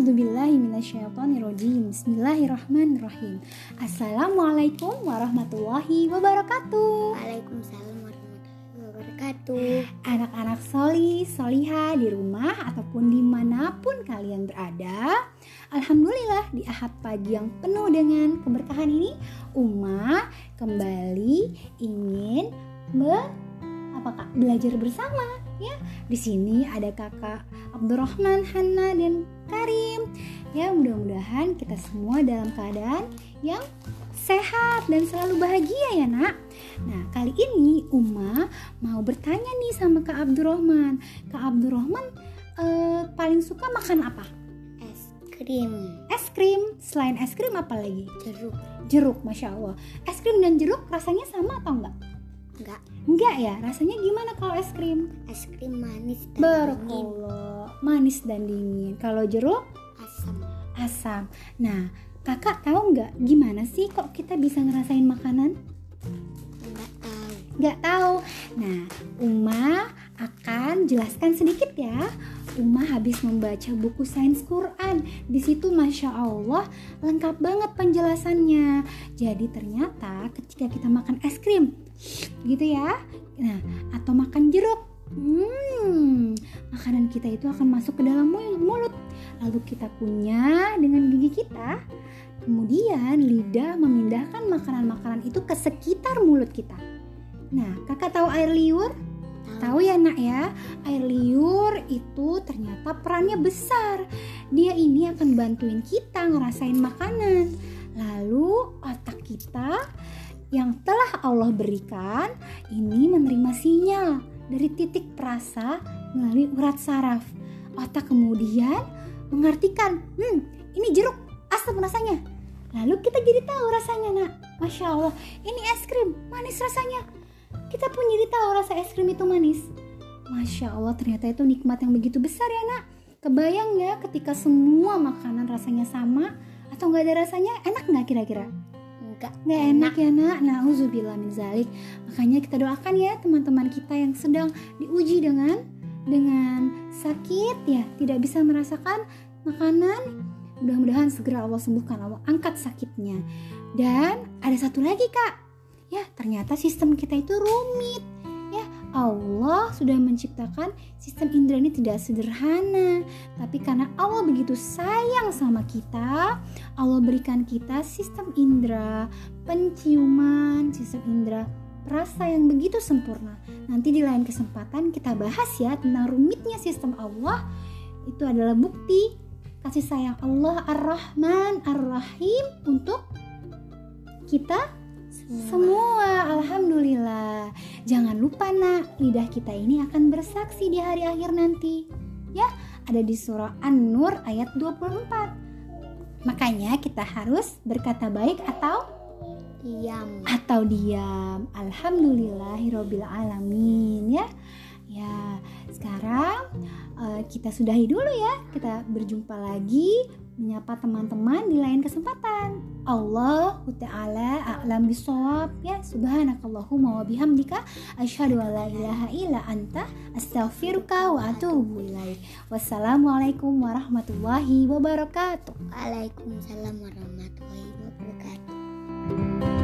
A'udzubillahi minasyaitonirrajim. Bismillahirrahmanirrahim. Assalamualaikum warahmatullahi wabarakatuh. Waalaikumsalam warahmatullahi wabarakatuh. Anak-anak soli, soliha di rumah ataupun dimanapun kalian berada, alhamdulillah di ahad pagi yang penuh dengan keberkahan ini, Uma kembali ingin belajar bersama. Ya, di sini ada kakak Abdurrahman, Hana, dan Karim. Ya, mudah-mudahan kita semua dalam keadaan yang sehat dan selalu bahagia ya nak. Nah, kali ini Uma mau bertanya nih sama Kak Abdurrahman. Kak Abdurrahman paling suka makan apa? Es krim. Es krim. Selain es krim apa lagi? Jeruk. Jeruk, Masya Allah. Es krim dan jeruk rasanya sama atau enggak? Enggak ya, rasanya gimana kalau es krim? Es krim manis dan Barakallah, manis dan dingin. Kalau jeruk? Asam. Nah, kakak tahu nggak gimana sih kok kita bisa ngerasain makanan? Nggak tahu. Nah, Uma akan jelaskan sedikit ya. Uma habis membaca buku sains Quran. Di situ Masya Allah lengkap banget penjelasannya. Jadi ternyata ketika kita makan es krim, gitu ya, nah atau makan jeruk, makanan kita itu akan masuk ke dalam mulut. Lalu kita kunyah dengan gigi kita. Kemudian lidah memindahkan makanan-makanan itu ke sekitar mulut kita. Nah, kakak tahu air liur? Tahu ya nak ya, air liur itu ternyata perannya besar. Dia ini akan bantuin kita ngerasain makanan. Lalu otak kita yang telah Allah berikan ini menerima sinyal dari titik perasa melalui urat saraf. Otak kemudian mengartikan, ini jeruk, asam rasanya. Lalu kita jadi tahu rasanya nak. Masya Allah, ini es krim, manis rasanya. Kita pun jadi tahu rasa es krim itu manis. Masya Allah, ternyata itu nikmat yang begitu besar ya nak. Kebayang ya ketika semua makanan rasanya sama atau gak ada rasanya, enak gak kira-kira? Gak enak ya nak. Na'udzubillah min zalik. Makanya kita doakan ya teman-teman kita yang sedang diuji dengan sakit ya, tidak bisa merasakan makanan. Mudah-mudahan segera Allah sembuhkan, Allah angkat sakitnya. Dan ada satu lagi kak, ya ternyata sistem kita itu rumit. Ya, Allah sudah menciptakan sistem indera ini tidak sederhana. Tapi karena Allah begitu sayang sama kita, Allah berikan kita sistem indera penciuman, sistem indera rasa yang begitu sempurna. Nanti di lain kesempatan kita bahas ya tentang rumitnya sistem Allah. Itu adalah bukti kasih sayang Allah Ar-Rahman Ar-Rahim untuk kita semua. Alhamdulillah. Jangan lupa nak, lidah kita ini akan bersaksi di hari akhir nanti. Ya, ada di surah An-Nur ayat 24. Makanya kita harus berkata baik atau diam. Alhamdulillahirabbil alamin ya. Ya, sekarang kita sudahi dulu ya. Kita berjumpa lagi menyapa teman-teman di lain kesempatan. Allahu ta'ala a'lam bishawab ya. Subhanakallahumma wa bihamdika asyhadu an la ilaha illa anta astaghfiruka wa atubu ilaik. Wassalamualaikum warahmatullahi wabarakatuh. Waalaikumsalam warahmatullahi wabarakatuh.